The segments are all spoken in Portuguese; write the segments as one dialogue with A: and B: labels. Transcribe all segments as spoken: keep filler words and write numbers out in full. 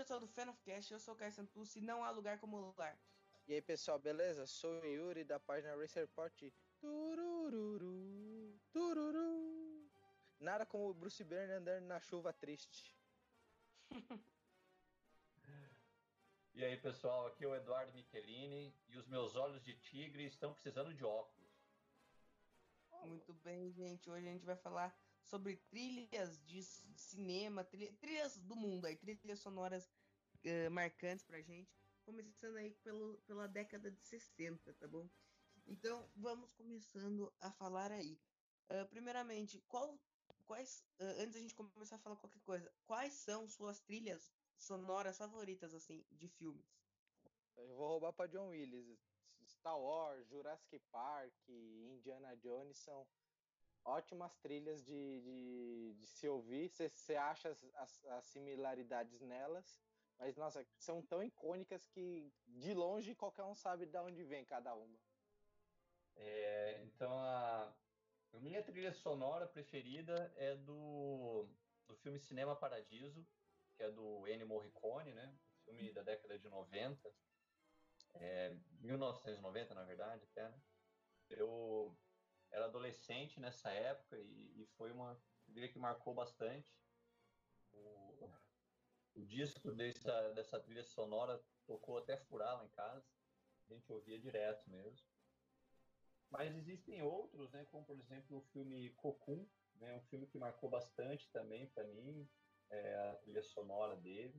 A: pessoal do FanofCast, eu sou o Caio Santucci e não há lugar como o lar.
B: E aí pessoal, beleza? Sou o Yuri da página Racer Report. Turururu, tururu. Nada como o Bruce Banner andando na chuva triste.
C: E aí pessoal, aqui é o Eduardo Michelini e os meus olhos de tigre estão precisando de óculos.
A: Muito bem, gente. Hoje a gente vai falar sobre trilhas de cinema, trilha, trilhas do mundo, aí, trilhas sonoras uh, marcantes pra gente. Começando aí pelo, pela década de sessenta, tá bom? Então, vamos começando a falar aí. Uh, primeiramente, qual, quais, uh, antes da gente começar a falar qualquer coisa, quais são suas trilhas sonoras favoritas, assim, de filmes?
B: Eu vou roubar para John Williams. Star Wars, Jurassic Park, Indiana Jones são ótimas trilhas de, de, de se ouvir. Você acha as, as, as similaridades nelas, mas, nossa, são tão icônicas que, de longe, qualquer um sabe de onde vem cada uma.
C: É, então, a, a minha trilha sonora preferida é do, do filme Cinema Paradiso, que é do Ennio Morricone, né? Um filme da década de noventa, é, mil novecentos e noventa, na verdade, até, né? Eu era adolescente nessa época e, e foi uma trilha que marcou bastante. O, o disco dessa, dessa trilha sonora tocou até furar lá em casa. A gente ouvia direto mesmo. Mas existem outros, né, como por exemplo o filme Cocoon, né, um filme que marcou bastante também para mim, é, a trilha sonora dele.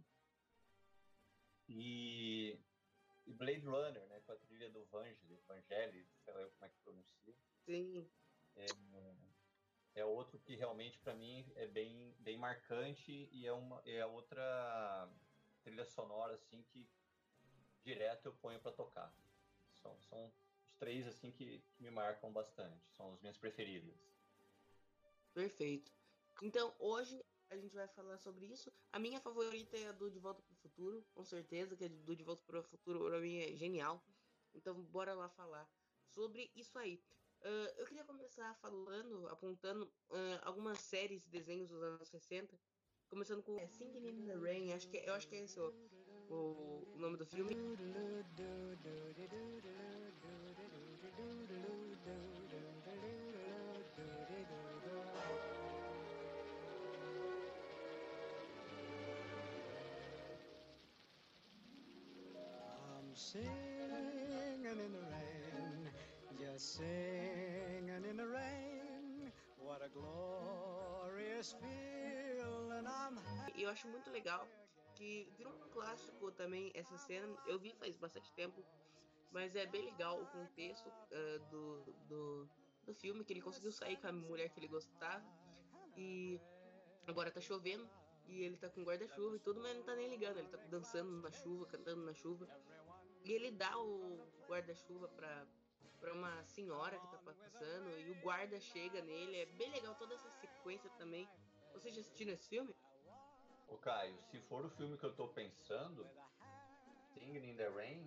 C: E, e Blade Runner, né, com a trilha do Vangelis, Vangelis, sei lá como é que pronuncia.
A: Sim.
C: É, é outro que realmente para mim é bem, bem marcante e é, uma, é outra trilha sonora assim que direto eu ponho para tocar. São, são os três assim que, que me marcam bastante, são as minhas preferidas.
A: Perfeito. Então, hoje a gente vai falar sobre isso. A minha favorita é a do De Volta para o Futuro, com certeza, que a do De Volta para o Futuro para mim é genial. Então, bora lá falar sobre isso aí. Uh, eu queria começar falando, apontando uh, algumas séries e desenhos dos anos sessenta, começando com é, Singing in the Rain, acho que, eu acho que é esse o, o, o nome do filme.
D: I'm singing in the rain, just singing in the rain. What a glorious feeling I'm having.
A: E eu acho muito legal que virou um clássico também essa cena. Eu vi faz bastante tempo, mas é bem legal o contexto uh, do, do, do filme, que ele conseguiu sair com a mulher que ele gostava e agora tá chovendo e ele tá com guarda-chuva e tudo, mas não tá nem ligando, ele tá dançando na chuva, cantando na chuva e ele dá o guarda-chuva pra, pra uma senhora que tá passando e o guarda chega nele. É bem legal toda essa sequência também. Vocês já assistiram esse filme?
C: Ô Caio, se for o filme que eu tô pensando, Singing in the Rain,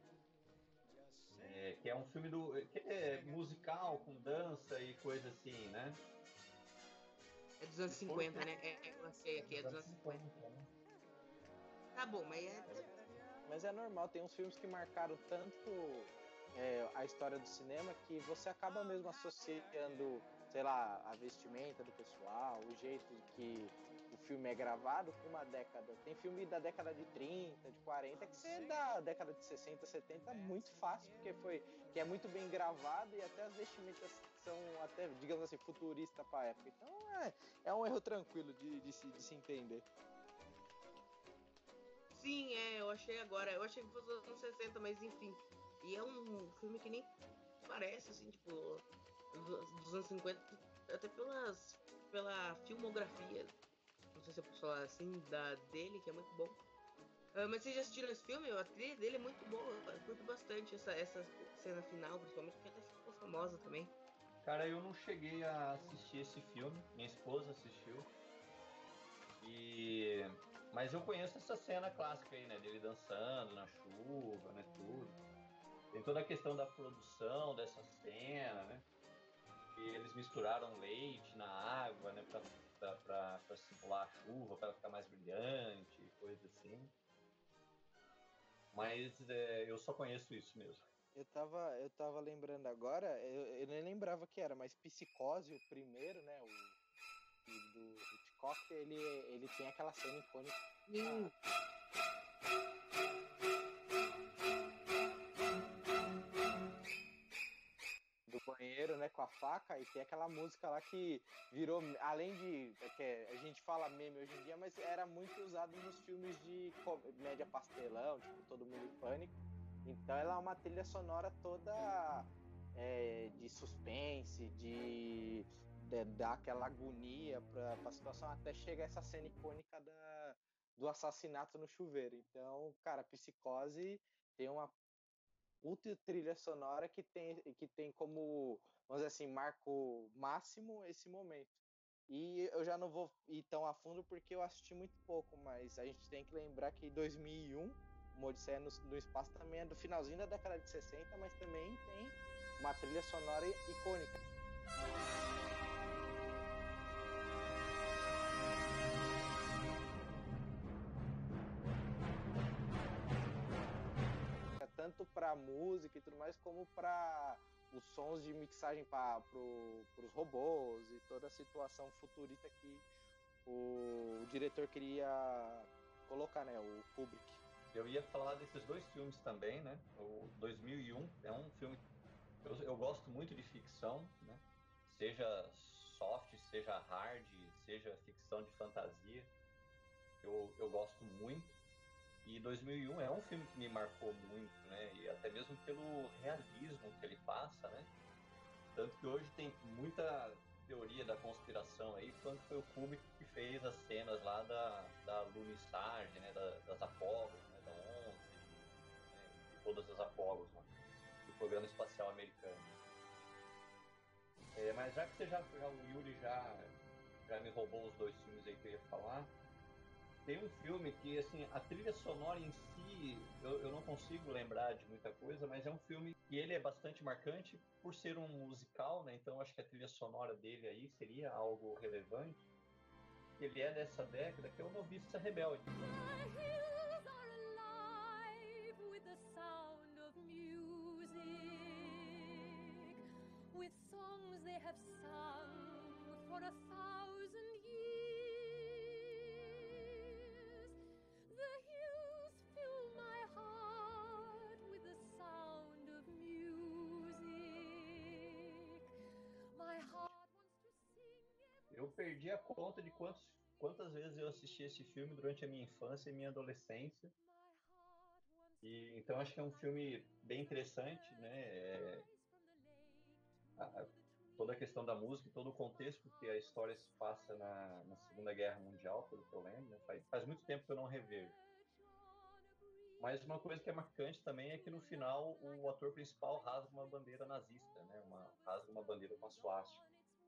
C: é, que é um filme do que é musical com dança e coisa assim, né?
A: É dos anos
C: Se for o
A: cinquenta,
C: filme
A: né? É, é, eu achei aqui, é dos anos cinquenta.
C: né?
A: Tá bom, mas é.
B: Mas é normal, tem uns filmes que marcaram tanto é, a história do cinema que você acaba mesmo associando, sei lá, a vestimenta do pessoal, o jeito que o filme é gravado com uma década. Tem filme da década de trinta, de quarenta, que é da década de sessenta, setenta, muito fácil, porque foi que é muito bem gravado e até as vestimentas são até, digamos assim, futuristas para a época. Então é, é um erro tranquilo de, de, se, de se entender.
A: Sim, é, eu achei agora. Eu achei que fosse dos anos sessenta, mas enfim. E é um filme que nem parece, assim, tipo, dos anos cinquenta, até pelas, pela filmografia, não sei se eu posso falar assim, da, dele, que é muito bom. Uh, mas vocês já assistiram esse filme? A trilha dele é muito boa. Eu curto bastante essa, essa cena final, principalmente, porque até ficou famosa também.
C: Cara, eu não cheguei a assistir esse filme, minha esposa assistiu. E mas eu conheço essa cena clássica aí, né, dele dançando na chuva, né, tudo. Tem toda a questão da produção dessa cena, né? E eles misturaram leite na água, né, para simular a chuva, para ficar mais brilhante, coisa assim. Mas é, eu só conheço isso mesmo.
B: Eu tava, eu tava lembrando agora, eu, eu nem lembrava que era, mas Psicose, o primeiro, né, o, o do Hitchcock, ele, ele tem aquela cena icônica
A: Sim.
B: do banheiro, né, com a faca, e tem aquela música lá que virou, além de, é que a gente fala meme hoje em dia, mas era muito usado nos filmes de comédia pastelão, tipo Todo Mundo em Pânico. Então ela é uma trilha sonora toda é, de suspense, de, de dar aquela agonia para a situação, até chegar essa cena icônica da, do assassinato no chuveiro. Então, cara, Psicose tem uma puta trilha sonora que tem, que tem como, vamos dizer assim, marco máximo esse momento. E eu já não vou ir tão a fundo porque eu assisti muito pouco, mas a gente tem que lembrar que dois mil e um, uma Odisseia no, no Espaço também é do finalzinho da década de sessenta, mas também tem uma trilha sonora icônica. Tanto para música e tudo mais, como para os sons de mixagem para pro, os robôs e toda a situação futurista que o, o diretor queria colocar, né, o Kubrick.
C: Eu ia falar desses dois filmes também, né? O dois mil e um é um filme que eu, eu gosto muito de ficção, né? Seja soft, seja hard, seja ficção de fantasia. Eu, eu gosto muito. E dois mil e um é um filme que me marcou muito, né? E até mesmo pelo realismo que ele passa, né? Tanto que hoje tem muita teoria da conspiração aí, quanto foi o Kubrick que fez as cenas lá da, da Lunissage, né? Da, das Apollo, né? Da onze, né? De todas as Apollos lá, do programa espacial americano. É, mas já que você já, já o Yuri já, já me roubou os dois filmes aí que eu ia falar, tem um filme que, assim, a trilha sonora em si, eu, eu não consigo lembrar de muita coisa, mas é um filme que ele é bastante marcante por ser um musical, né? Então acho que a trilha sonora dele aí seria algo relevante. Ele é dessa década, que é o Noviça Rebelde.
E: The hills are alive with the sound of music, with songs they have sung for a thousand years. The hills fill my heart with the sound of music. My heart wants to sing.
C: Eu perdi a conta de quantos, quantas vezes eu assisti esse filme durante a minha infância e minha adolescência. E, então acho que é um filme bem interessante, né? É, a, toda a questão da música, todo o contexto, porque a história se passa na, na Segunda Guerra Mundial, pelo que eu lembro, né? faz, faz muito tempo que eu não revejo. Mas uma coisa que é marcante também é que no final o ator principal rasga uma bandeira nazista, né? Uma, rasga uma bandeira com a suástica.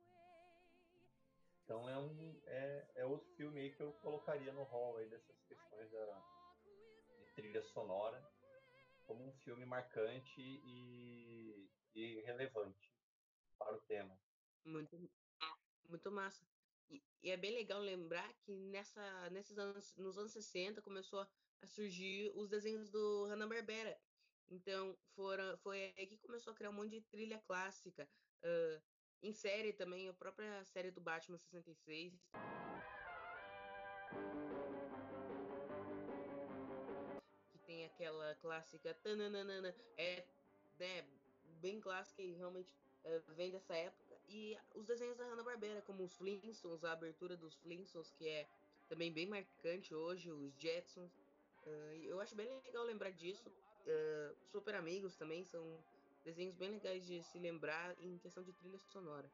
C: Então é, um, é, é outro filme aí que eu colocaria no hall aí dessas questões da, de trilha sonora como um filme marcante e, e relevante para o tema.
A: Muito, muito massa. E, e é bem legal lembrar que nessa, nesses anos, nos anos sessenta começou a surgir os desenhos do Hanna-Barbera. Então foram, foi aí que começou a criar um monte de trilha clássica. Uh, em série também, a própria série do Batman sessenta e seis. Que tem aquela clássica tananana, é, né, bem clássica e realmente uh, vem dessa época. E os desenhos da Hanna-Barbera, como os Flintstones, a abertura dos Flintstones, que é também bem marcante hoje, os Jetsons. Uh, eu acho bem legal lembrar disso. Uh, Super Amigos também são desenhos bem legais de se lembrar em questão de trilha sonora.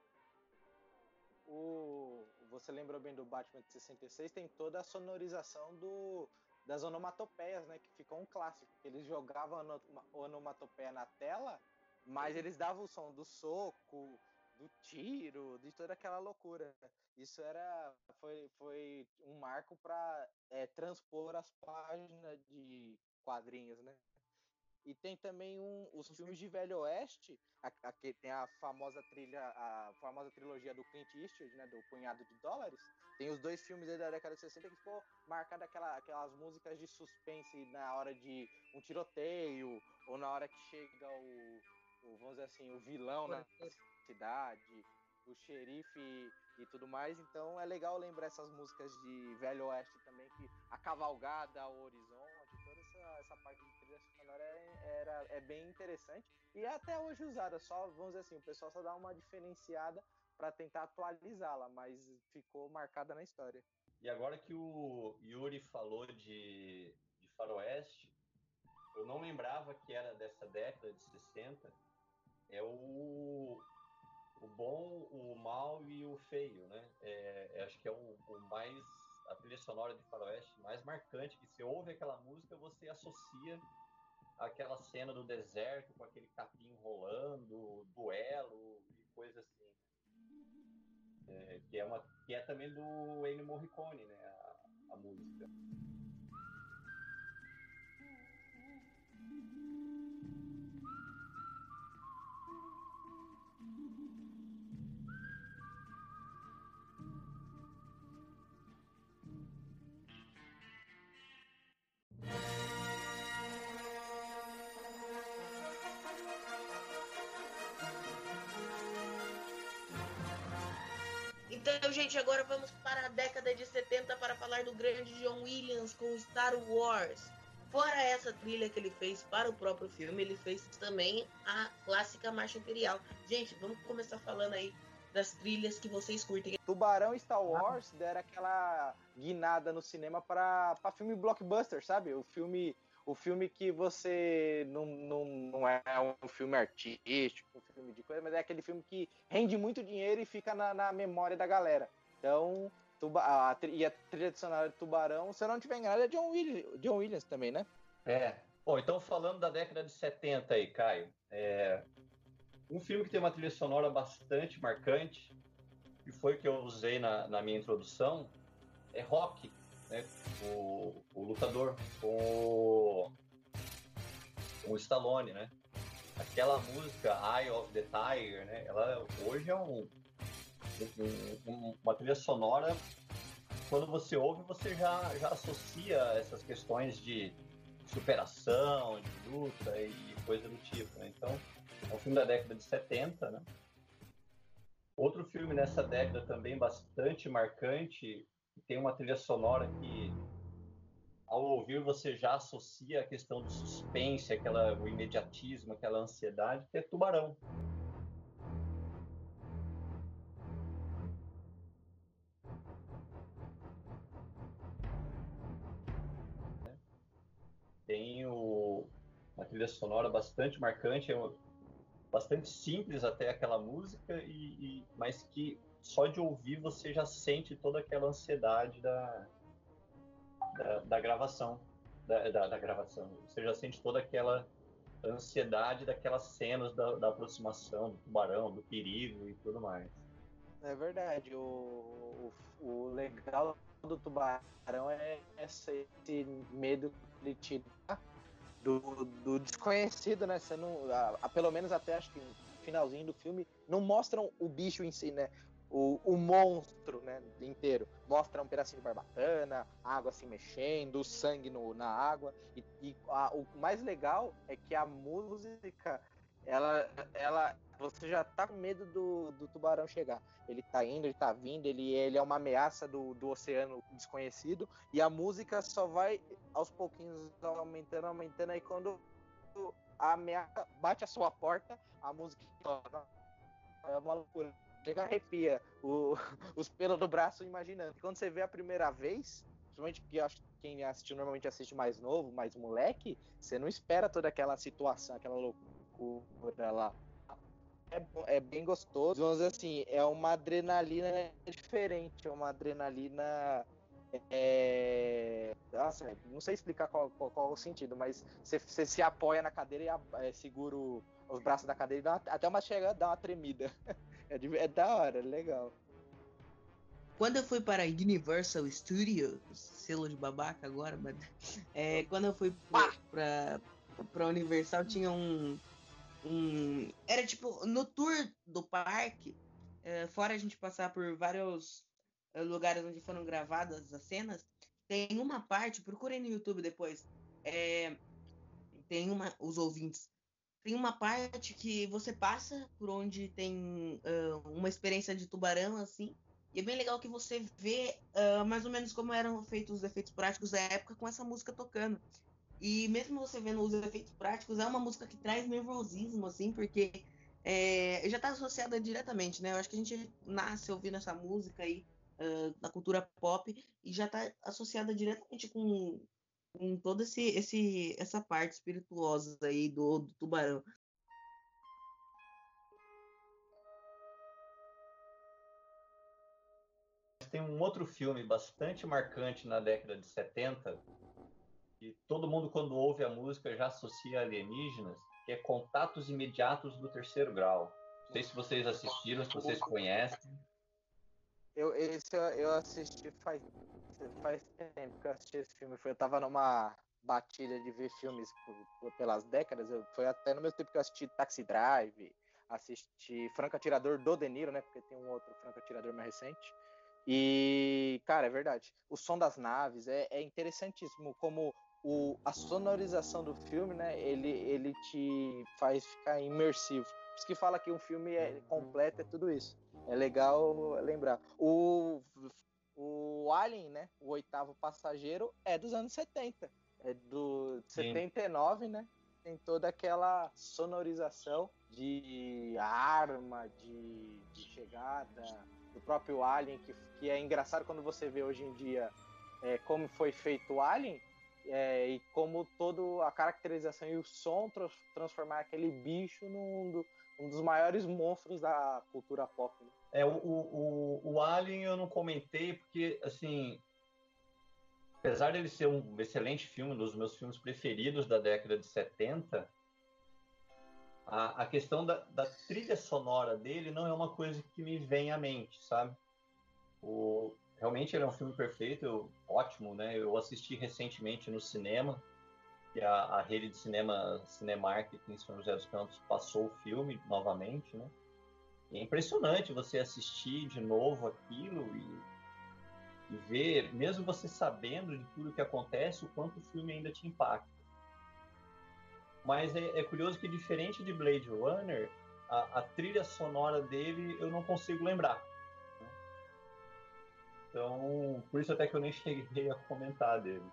B: O, você lembrou bem do Batman de sessenta e seis, tem toda a sonorização do, das onomatopeias, né? Que ficou um clássico. Eles jogavam a onomatopeia na tela, mas eles davam o som do soco, do tiro, de toda aquela loucura. Isso era, foi, foi um marco para é, transpor as páginas de quadrinhos, né? E tem também um, os filmes de Velho Oeste, a, a, que tem a famosa trilha, a famosa trilogia do Clint Eastwood, né, do Punhado de Dólares. Tem os dois filmes aí da década de sessenta que ficou marcado aquela, aquelas músicas de suspense na hora de um tiroteio, ou na hora que chega o, o vamos dizer assim, o vilão na cidade, o xerife e tudo mais. Então é legal lembrar essas músicas de Velho Oeste também, que a cavalgada, o horizonte, toda essa, essa parte de trilha sonora é, era, é bem interessante e é até hoje usada, só, vamos dizer assim, o pessoal só dá uma diferenciada para tentar atualizá-la, mas ficou marcada na história.
C: E agora que o Yuri falou de, de faroeste, eu não lembrava que era dessa década de sessenta, é o, o bom, o mal e o feio, né? É, é, acho que é o, o mais, a trilha sonora de faroeste mais marcante, que você ouve aquela música, você associa aquela cena do deserto com aquele capim rolando, duelo e coisa assim. É, que, é uma, que é também do Ennio Morricone, né? A, a música.
A: Então, gente, agora vamos para a década de setenta para falar do grande John Williams com Star Wars. Fora essa trilha que ele fez para o próprio filme, ele fez também a clássica Marcha Imperial. Gente, vamos começar falando aí das trilhas que vocês curtem.
B: Tubarão e Star Wars deram aquela guinada no cinema para filme blockbuster, sabe? O filme, o filme que você não, não, não é um filme artístico, um filme de coisa, mas é aquele filme que rende muito dinheiro e fica na, na memória da galera. Então, tuba, a, e a trilha sonora de Tubarão, se eu não tiver enganado, é John Williams, John Williams também, né?
C: É. Bom, então falando da década de setenta aí, Caio, é um filme que tem uma trilha sonora bastante marcante, que foi o que eu usei na, na minha introdução, é Rocky, né? O, o lutador com o, com o Stallone, né? Aquela música Eye of the Tiger, né? Ela hoje é um, um, uma trilha sonora. Quando você ouve, você já, já associa essas questões de superação, de luta e coisa do tipo, né? Então, é um filme da década de setenta, né? Outro filme nessa década também bastante marcante, tem uma trilha sonora que, ao ouvir, você já associa a questão do suspense, aquela, o imediatismo, aquela ansiedade, que é Tubarão. Tem o, uma trilha sonora bastante marcante, é uma, bastante simples até aquela música, e, e, mas que só de ouvir você já sente toda aquela ansiedade da, da, da gravação, da, da, da gravação. Você já sente toda aquela ansiedade daquelas cenas da, da aproximação do tubarão, do perigo e tudo mais.
B: É verdade, o, o, o legal do Tubarão é esse, esse medo que ele te dá do, do desconhecido, né? Você não, a, a, pelo menos até acho que no finalzinho do filme não mostram o bicho em si, né? O, o monstro, né, inteiro. Mostra um pedacinho de barbatana, a água se mexendo, o sangue no, na água. E, e a, o mais legal é que a música, ela, ela, você já tá com medo do, do tubarão chegar. Ele tá indo, ele tá vindo, ele, ele é uma ameaça do, do oceano desconhecido. E a música só vai aos pouquinhos aumentando, aumentando. Aí quando a ameaça bate a sua porta, a música é uma loucura. Chega, arrepia o, os pelos do braço imaginando. E quando você vê a primeira vez, principalmente que acho que quem assistiu normalmente assiste mais novo, mais moleque, você não espera toda aquela situação, aquela loucura lá. É, é bem gostoso. Vamos dizer assim, é uma adrenalina diferente, é uma adrenalina. É... Nossa, não sei explicar qual, qual, qual o sentido, mas você, você se apoia na cadeira e é, segura o, os braços da cadeira e dá uma, até uma chega, dá uma tremida. É, de, é da hora, é legal.
A: Quando eu fui para a Universal Studios, selo de babaca agora, mas é, quando eu fui para pra Universal tinha um, um... Era tipo, no tour do parque, é, fora a gente passar por vários é, lugares onde foram gravadas as cenas, tem uma parte, procurem no YouTube depois, é, tem uma, os ouvintes, tem uma parte que você passa por onde tem uh, uma experiência de tubarão, assim, e é bem legal que você vê uh, mais ou menos como eram feitos os efeitos práticos da época com essa música tocando. E mesmo você vendo os efeitos práticos, é uma música que traz nervosismo, assim, porque é, já está associada diretamente, né? Eu acho que a gente nasce ouvindo essa música aí uh, na cultura pop e já está associada diretamente com, com toda esse, esse, essa parte espirituosa aí do, do tubarão.
C: Tem um outro filme bastante marcante na década de setenta, que todo mundo, quando ouve a música, já associa a alienígenas, que é Contatos Imediatos do Terceiro Grau. Não sei se vocês assistiram, se vocês conhecem.
B: Eu, esse eu, eu assisti faz, faz tempo que eu assisti esse filme. Foi, eu tava numa batida de ver filmes por, por, pelas décadas. Eu, foi até no mesmo tempo que eu assisti Taxi Drive, assisti Franco Atirador do De Niro, né? Porque tem um outro Franco Atirador mais recente. E, cara, é verdade. O som das naves é, é interessantíssimo, como o, a sonorização do filme, né? Ele, ele te faz ficar imersivo. Por isso que fala que um filme é completo, é tudo isso. É legal lembrar. O, o Alien, né? O Oitavo Passageiro é dos anos setenta. É do setenta e nove, né? Tem toda aquela sonorização de arma, de, de chegada, do próprio Alien, que, que é engraçado quando você vê hoje em dia é, como foi feito o Alien, é, e como toda a caracterização e o som tra- transformar aquele bicho num do, um dos maiores monstros da cultura pop. Né?
C: É, o, o, o Alien eu não comentei porque, assim, apesar dele ser um excelente filme, um dos meus filmes preferidos da década de setenta, a, a questão da, da trilha sonora dele não é uma coisa que me vem à mente, sabe? O, realmente ele é um filme perfeito, eu, ótimo, né? Eu assisti recentemente no cinema, que a, a rede de cinema Cinemark aqui em São José dos Campos passou o filme novamente, né? E é impressionante você assistir de novo aquilo e, e ver, mesmo você sabendo de tudo que acontece, o quanto o filme ainda te impacta. Mas é, é curioso que, diferente de Blade Runner, a, a trilha sonora dele eu não consigo lembrar. Então, por isso até que eu nem cheguei a comentar dele.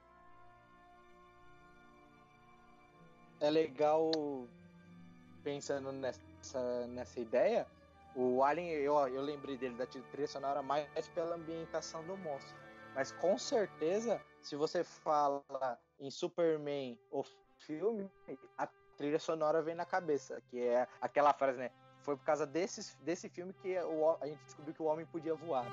B: É legal, pensando nessa, nessa ideia, o Alien, eu, eu lembrei dele da trilha sonora mais pela ambientação do monstro. Mas com certeza, se você fala em Superman ou filme, a trilha sonora vem na cabeça, que é aquela frase, né? Foi por causa desse, desse filme que o, a gente descobriu que o homem podia voar.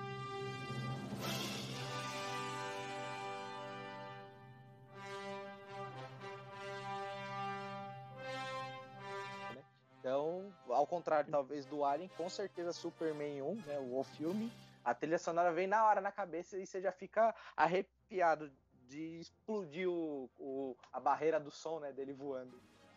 B: Então, ao contrário, talvez, do Alien, com certeza Superman um, né, o filme, a trilha sonora vem na hora na cabeça e você já fica arrepiado de explodir o, o, a barreira do som, né, dele voando.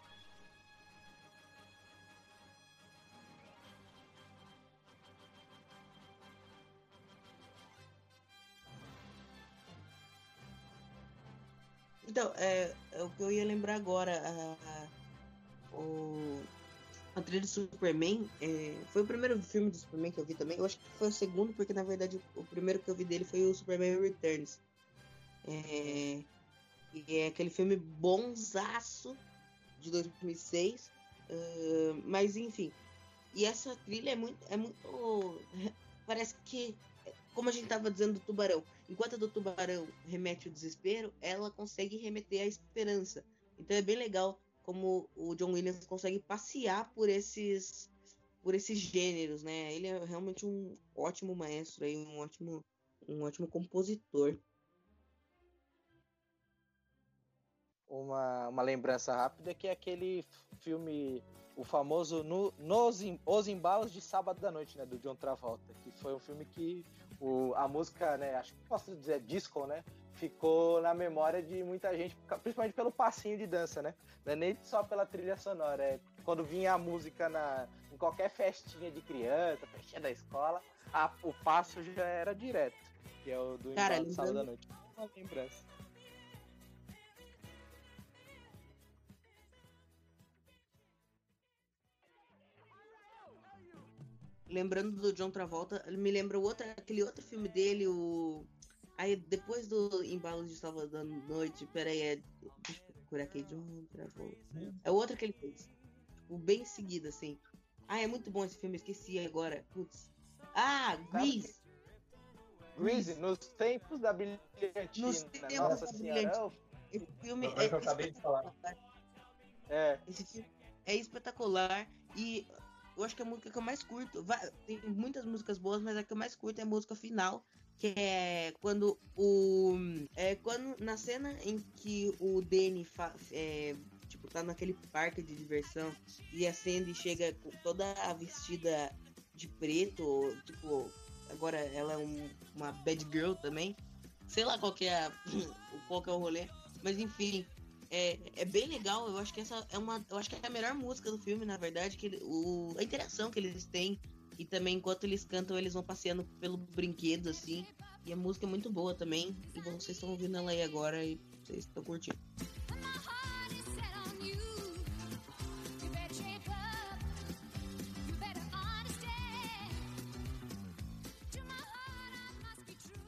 A: Então, é, é o que eu ia lembrar agora. A, a, o, a trilha do Superman é, foi o primeiro filme do Superman que eu vi também. Eu acho que foi o segundo, porque na verdade o primeiro que eu vi dele foi o Superman Returns. É, e é aquele filme bonzaço de dois mil e seis. Uh, mas enfim. E essa trilha é muito. É muito parece que, como a gente estava dizendo do tubarão, enquanto a do tubarão remete o desespero, ela consegue remeter a esperança. Então é bem legal como o John Williams consegue passear por esses, por esses gêneros, né? Ele é realmente um ótimo maestro, aí, um ótimo, um ótimo compositor.
B: Uma, uma lembrança rápida que é aquele filme, o famoso no, nos, Os Embalos de Sábado da Noite, né, do John Travolta, que foi um filme que o, a música, né, acho que posso dizer disco, né, ficou na memória de muita gente, principalmente pelo passinho de dança, né? Não é nem só pela trilha sonora, é quando vinha a música na, em qualquer festinha de criança, festinha da escola, a, o passo já era direto, que é o do
A: Cara,
B: Embalo do Sábado
A: lembrando-
B: da Noite. Uma lembrança.
A: Lembrando do John Travolta, ele me lembra o outro, aquele outro filme dele, o. Aí depois do Embalo de Sábado da Noite, peraí, é. Deixa eu procurar aqui, John Travolta. É o outro que ele fez. Tipo, bem em seguida, assim. Ah, é muito bom esse filme, esqueci agora. Putz. Ah, Grease!
B: Grease, nos tempos da brilhantina,
A: Nos tempos
B: Nossa
A: da
B: Senhora.
A: brilhantina. Esse filme
C: Foi o que eu
A: é
C: acabei de falar.
B: É,
A: Esse filme é espetacular e eu acho que é a música que eu mais curto. vai- Tem muitas músicas boas, mas a que eu mais curto é a música final, que é quando o. É quando na cena em que o Danny fa- é, tipo, tá naquele parque de diversão e a Sandy chega com toda a vestida de preto, tipo, agora ela é um- uma bad girl também. Sei lá qual que é, a- qual que é o rolê, mas enfim. É, é bem legal, eu acho que essa é uma. Eu acho que é a melhor música do filme, na verdade, que ele- o, a interação que eles têm. E também enquanto eles cantam, eles vão passeando pelo brinquedo, assim. E a música é muito boa também. E vocês estão ouvindo ela aí agora e vocês estão curtindo.
E: My heart is set on you. You better shape up. You better understand. To my heart, I must be true.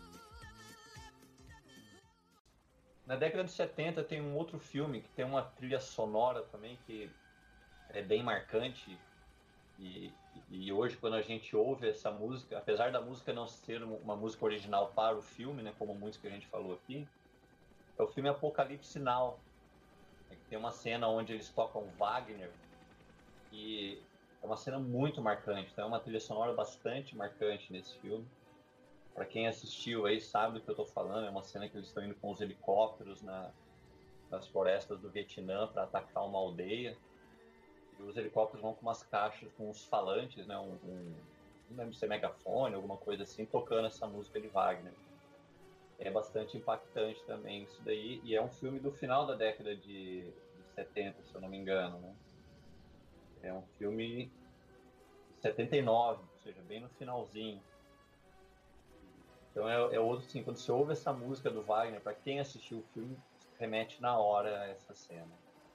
C: Na década de setenta tem um outro filme que tem uma trilha sonora também que é bem marcante. E, e hoje, quando a gente ouve essa música, apesar da música não ser uma música original para o filme, né, como muitos que a gente falou aqui, é o filme Apocalipse Now. Tem uma cena onde eles tocam Wagner e é uma cena muito marcante. Então é uma trilha sonora bastante marcante nesse filme. Para quem assistiu aí sabe do que eu estou falando. É uma cena que eles estão indo com os helicópteros na, nas florestas do Vietnã para atacar uma aldeia. E os helicópteros vão com umas caixas, com uns falantes, né? Um, um, não lembro se é megafone, alguma coisa assim, tocando essa música de Wagner. É bastante impactante também isso daí. E é um filme do final da década de, de setenta, se eu não me engano, né? É um filme de setenta e nove, ou seja, bem no finalzinho. Então é, é outro, assim, quando você ouve essa música do Wagner, para quem assistiu o filme, remete na hora a essa cena.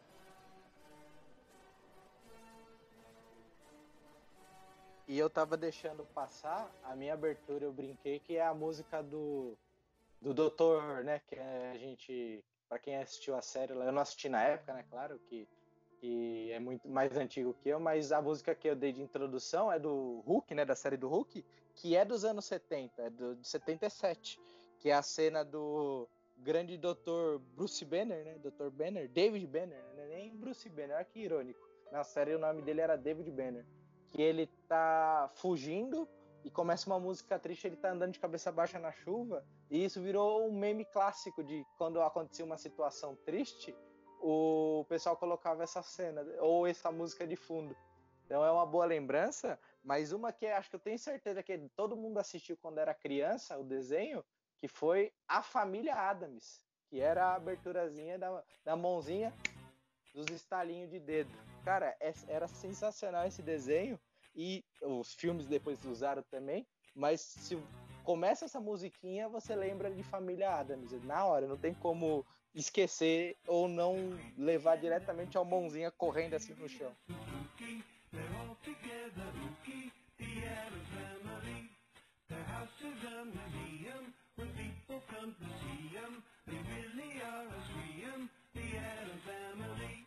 B: e eu tava deixando passar a minha abertura, eu brinquei, que é a música do, do Doutor, né? Que a gente, pra quem assistiu a série, eu não assisti na época, né? Claro que, que é muito mais antigo que eu, mas a música que eu dei de introdução é do Hulk, né? Da série do Hulk, que é dos anos setenta, é do, de setenta e sete, que é a cena do grande doutor Bruce Banner, né? doutor Banner, David Banner, né? Nem Bruce Banner, olha que irônico. Na série o nome dele era David Banner. Que ele tá fugindo e começa uma música triste, ele tá andando de cabeça baixa na chuva, e isso virou um meme clássico de quando acontecia uma situação triste, o pessoal colocava essa cena, ou essa música de fundo. Então é uma boa lembrança, mas uma que acho que eu tenho certeza que todo mundo assistiu quando era criança, o desenho, que foi A Família Addams, que era a aberturazinha da, da mãozinha dos estalinhos de dedo. Cara, era sensacional esse desenho, e os filmes depois usaram também, mas se começa essa musiquinha, você lembra de Família Addams, na hora, não tem como esquecer ou não levar diretamente a mãozinha correndo assim no chão.
F: They're all together, Ookie, the Addams Family. Their house is a museum when people come to see 'em. They really are a three-em, the Addams Family.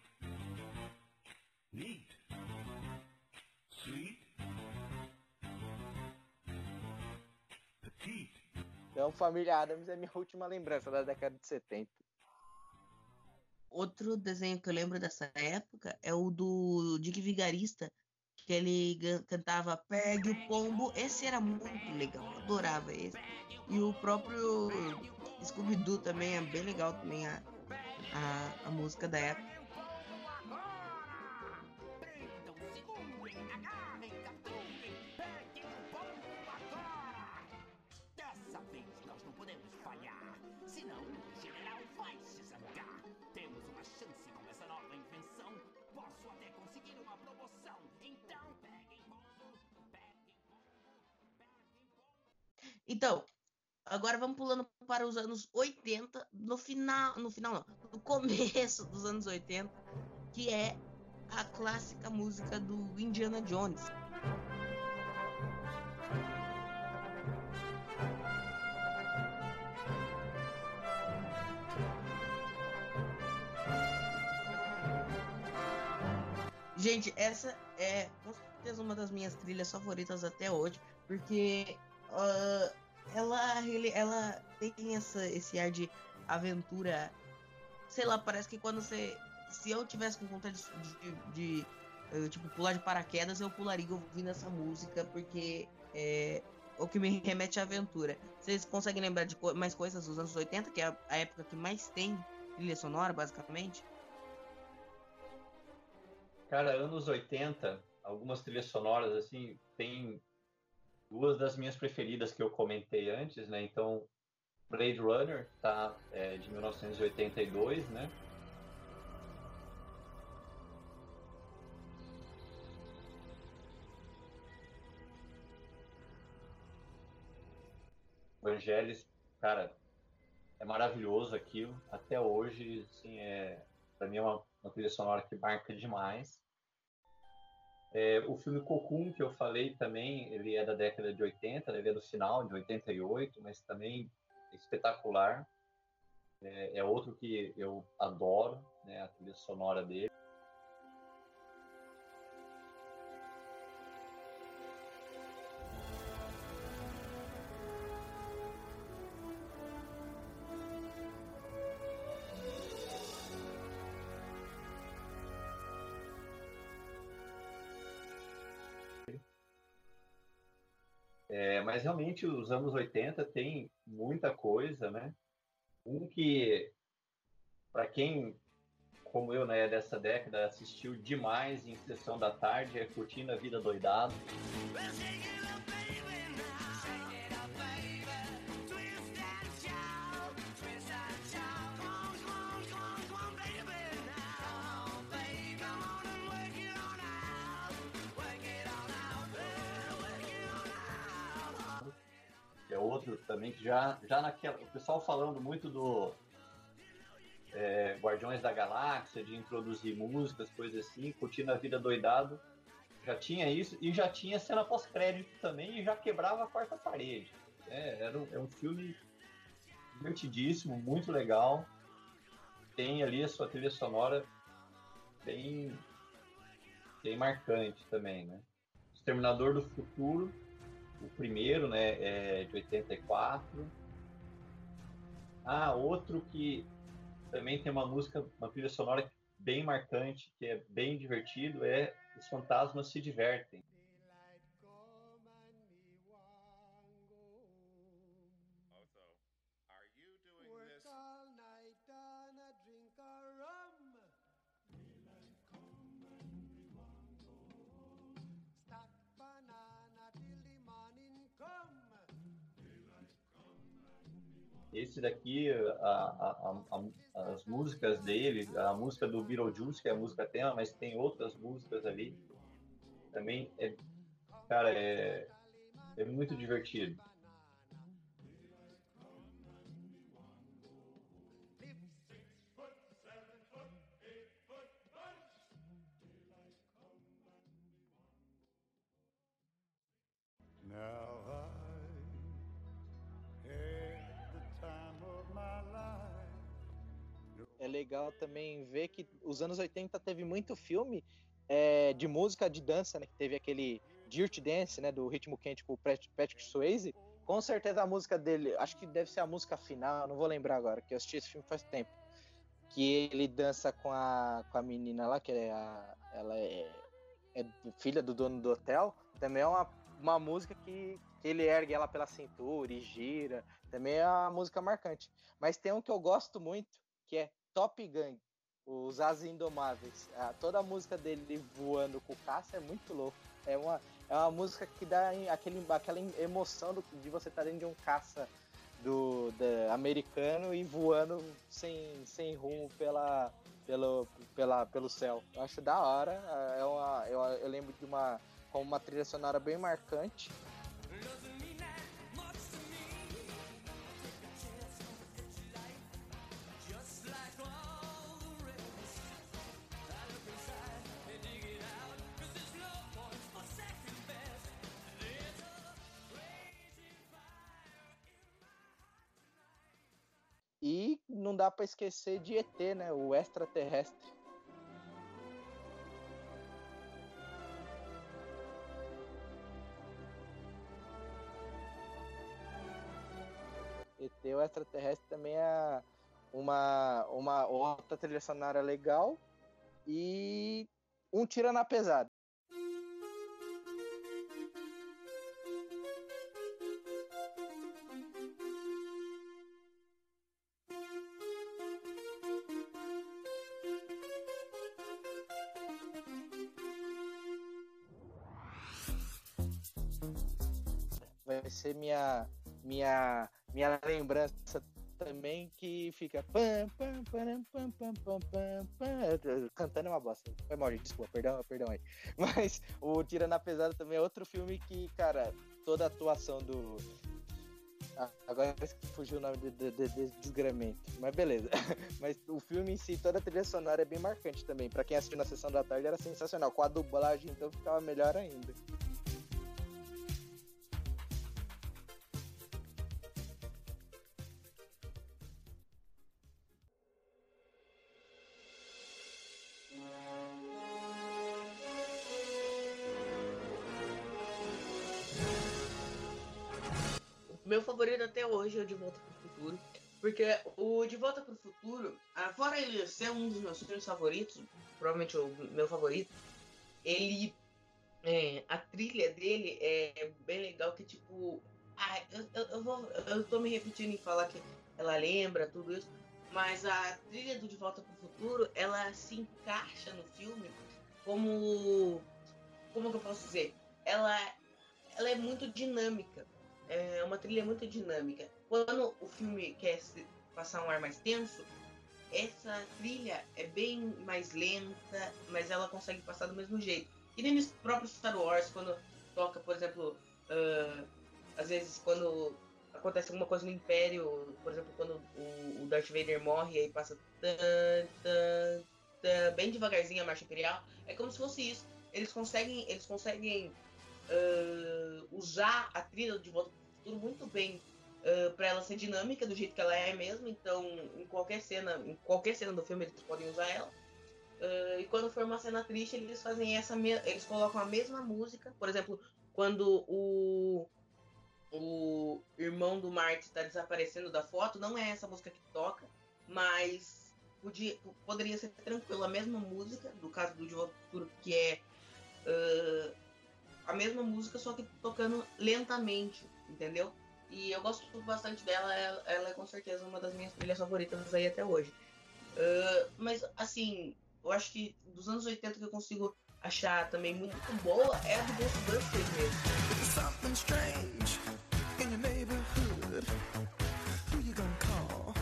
F: Neat. Sweet. Petite.
B: Então, Família Addams é minha última lembrança da década de setenta.
A: Outro desenho que eu lembro dessa época é o do Dick Vigarista, que ele gan- cantava Pegue o Pombo. Esse era muito legal, eu adorava esse. E o próprio Scooby-Doo também é bem legal também a, a, a música da época.
G: Então segurem, agarrem, capturem, peguem o pombo agora! Dessa vez nós não podemos falhar, senão
A: Então, agora vamos pulando para os anos oitenta, no final, no final não, no começo dos anos oitenta, que é a clássica música do Indiana Jones. Gente, essa é com certeza uma das minhas trilhas favoritas até hoje, porque uh, ela, ele, ela tem essa, esse ar de aventura. Sei lá, parece que quando você. Se eu tivesse com vontade de, de, de uh, tipo, pular de paraquedas, eu pularia ouvindo essa música, porque é o que me remete à aventura. Vocês conseguem lembrar de co- mais coisas dos anos oitenta, que é a, a época que mais tem trilha sonora, basicamente?
C: Cara, anos oitenta, algumas trilhas sonoras, assim, tem duas das minhas preferidas que eu comentei antes, né? Então, Blade Runner, tá, é, de mil novecentos e oitenta e dois, né? Vangelis, cara, é maravilhoso aquilo. Até hoje, assim, é, pra mim é uma, uma trilha sonora que marca demais. É, o filme Cocoon, que eu falei também, ele é da década de oitenta, ele é do final de oitenta e oito, mas também é espetacular. É, é outro que eu adoro, né, a trilha sonora dele. É, mas realmente os anos oitenta tem muita coisa, né? Um que, para quem, como eu, né, dessa década, assistiu demais em Sessão da Tarde, é Curtindo a Vida Doidado. É outro também que já, já naquela. O pessoal falando muito do é, Guardiões da Galáxia, de introduzir músicas, coisas assim, Curtindo a Vida Doidado. Já tinha isso e já tinha cena pós-crédito também e já quebrava a quarta parede. É, era um, é um filme divertidíssimo, muito legal. Tem ali a sua trilha sonora bem, bem marcante também, né? Exterminador do Futuro, o primeiro, né, é de oitenta e quatro. Ah, outro que também tem uma música, uma trilha sonora bem marcante, que é bem divertido, é Os Fantasmas Se Divertem.
D: Work all night and a drink a rum. Stack banana till the morning come.
C: Esse daqui, a, a, a, as músicas dele, a música do Beetlejuice, que é a música tema, mas tem outras músicas ali, também é, cara, é, é muito divertido.
F: Now I had the time of my life.
B: É legal também ver que os anos oitenta teve muito filme é, de música de dança, né? Que teve aquele Dirty Dance, né? Do Ritmo Quente com o Pat- Patrick Swayze. Com certeza a música dele, acho que deve ser a música final, não vou lembrar agora, que eu assisti esse filme faz tempo. Que ele dança com a, com a menina lá, que é a, ela é, é filha do dono do hotel. Também é uma, uma música que, que ele ergue ela pela cintura e gira. Também é uma música marcante. Mas tem um que eu gosto muito, que é Top Gun, os Asas Indomáveis. Ah, toda a música dele voando com o caça é muito louco. É uma, é uma música que dá aquele, aquela emoção do, de você estar dentro de um caça do, da, americano e voando sem, sem rumo pela, pelo, pela, pelo céu. Eu acho da hora. É uma, eu, eu lembro de uma, com uma trilha sonora bem marcante. não dá pra esquecer de E T, né? O extraterrestre. E T, o extraterrestre também é uma, uma outra trilha sonora legal e um tira na pesada. Vai ser minha minha minha lembrança também, que fica pam, pam, pam, pam, pam, pam, pam, pam. Cantando é uma bosta. Foi mal, gente, desculpa, perdão, perdão aí. Mas o Tira na Pesada também é outro filme que, cara, toda a atuação do... Ah, agora fugiu o nome de, de, de, de desgramento, mas beleza. Mas o filme em si, toda a trilha sonora é bem marcante também. Pra quem assistiu na sessão da tarde era sensacional. Com a dublagem, então, ficava melhor ainda.
A: Meu favorito até hoje é o De Volta pro Futuro, porque o De Volta pro Futuro, ah, fora ele ser um dos meus filmes favoritos, provavelmente o meu favorito, ele, é, a trilha dele é bem legal, que tipo, ah, eu, eu, eu, vou, eu tô me repetindo em falar que ela lembra tudo isso, mas a trilha do De Volta pro Futuro, ela se encaixa no filme como, como que eu posso dizer, ela, ela é muito dinâmica. É uma trilha muito dinâmica. Quando o filme quer se passar um ar mais tenso, essa trilha é bem mais lenta, mas ela consegue passar do mesmo jeito. E nem nos próprios Star Wars, quando toca, por exemplo, uh, às vezes quando acontece alguma coisa no Império, por exemplo, quando o, o Darth Vader morre e aí passa tan, tan, tan, bem devagarzinho a marcha imperial, é como se fosse isso. Eles conseguem, eles conseguem Uh, usar a trilha de Volta pro Futuro muito bem, uh, para ela ser dinâmica do jeito que ela é mesmo. Então, em qualquer cena, em qualquer cena do filme eles podem usar ela. Uh, e quando for uma cena triste, eles fazem essa, me- eles colocam a mesma música. Por exemplo, quando o o irmão do Marty está desaparecendo da foto, não é essa música que toca, mas podia, poderia ser tranquilo a mesma música, do caso do De Volta pro Futuro, que é uh, a mesma música, só que tocando lentamente, entendeu? E eu gosto bastante dela, ela, ela é com certeza uma das minhas trilhas favoritas aí até hoje. Uh, mas, assim, eu acho que dos anos oitenta que eu consigo achar também muito boa é a do Ghostbusters mesmo.
F: Something strange in your neighborhood. Who you gonna call?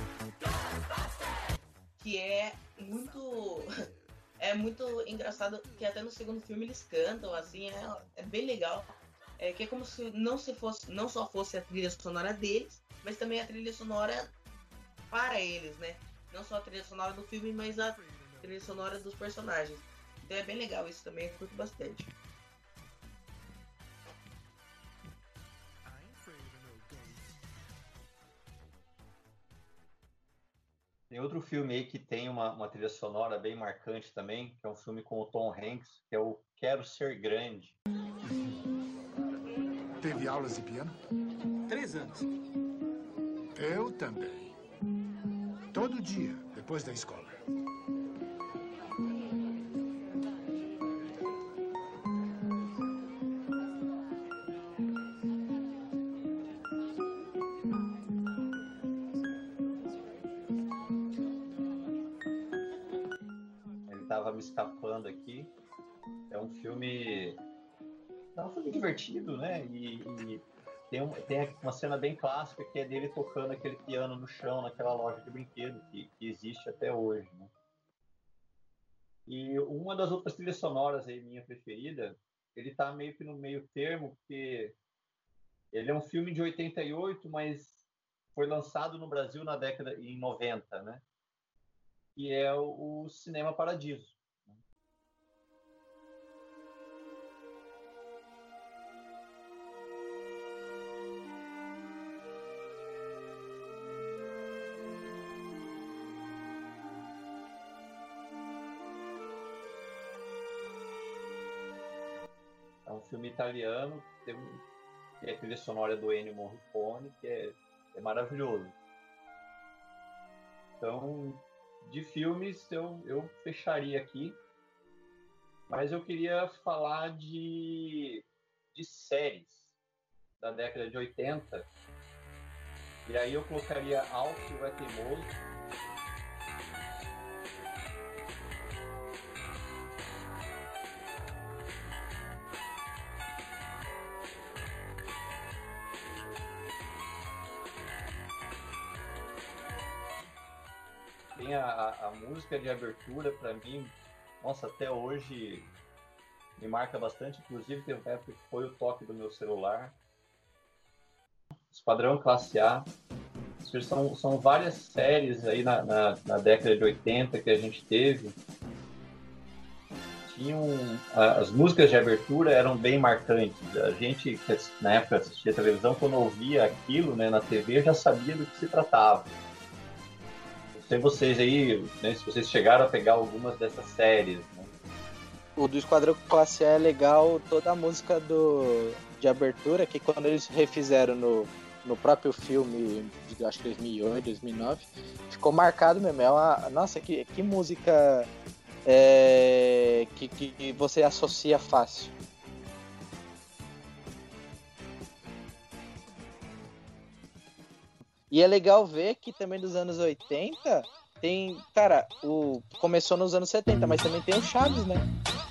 A: Que é muito... É muito engraçado que até no segundo filme eles cantam, assim, é, é bem legal. É que é como se não, se fosse, não só fosse a trilha sonora deles, mas também a trilha sonora para eles, né? Não só a trilha sonora do filme, mas a trilha sonora dos personagens. Então é bem legal isso também, eu curto bastante.
C: Tem outro filme aí que tem uma, uma trilha sonora bem marcante também, que é um filme com o Tom Hanks, que é o Quero Ser Grande.
H: Teve aulas de piano?
G: Três anos.
H: Eu também. Todo dia, depois da escola.
C: Tava me escapando aqui. É um filme, é um filme divertido, né? E, e tem, um, tem uma cena bem clássica que é dele tocando aquele piano no chão naquela loja de brinquedo que, que existe até hoje, né? E uma das outras trilhas sonoras aí, minha preferida, ele tá meio que no meio termo, porque ele é um filme de oitenta e oito, mas foi lançado no Brasil na década em noventa, né? Que é o, o Cinema Paradiso. É um filme italiano, tem um, que é a trilha sonora do Ennio Morricone, que é, é maravilhoso. Então, de filmes eu, eu fecharia aqui, mas eu queria falar de, de séries da década de oitenta, e aí eu colocaria Alf o Teimoso. Tem a, a, a música de abertura, para mim, nossa, até hoje me marca bastante. Inclusive, teve uma época que foi o toque do meu celular. Esquadrão Classe A. São, são várias séries aí na, na, na década de oitenta que a gente teve. Tinham, as músicas de abertura eram bem marcantes. A gente, que na época assistia televisão, quando ouvia aquilo, né, na T V, já sabia do que se tratava. Não sei vocês aí, né, se vocês chegaram a pegar algumas dessas séries, né?
B: O do Esquadrão Classe A é legal, toda a música do, de abertura, que quando eles refizeram no, no próprio filme, de, acho que dois mil e oito, dois mil e nove, ficou marcado mesmo. É uma, nossa, que, que música é, que, que você associa fácil. E é legal ver que também dos anos oitenta tem, cara, o começou nos anos setenta, mas também tem o Chaves, né?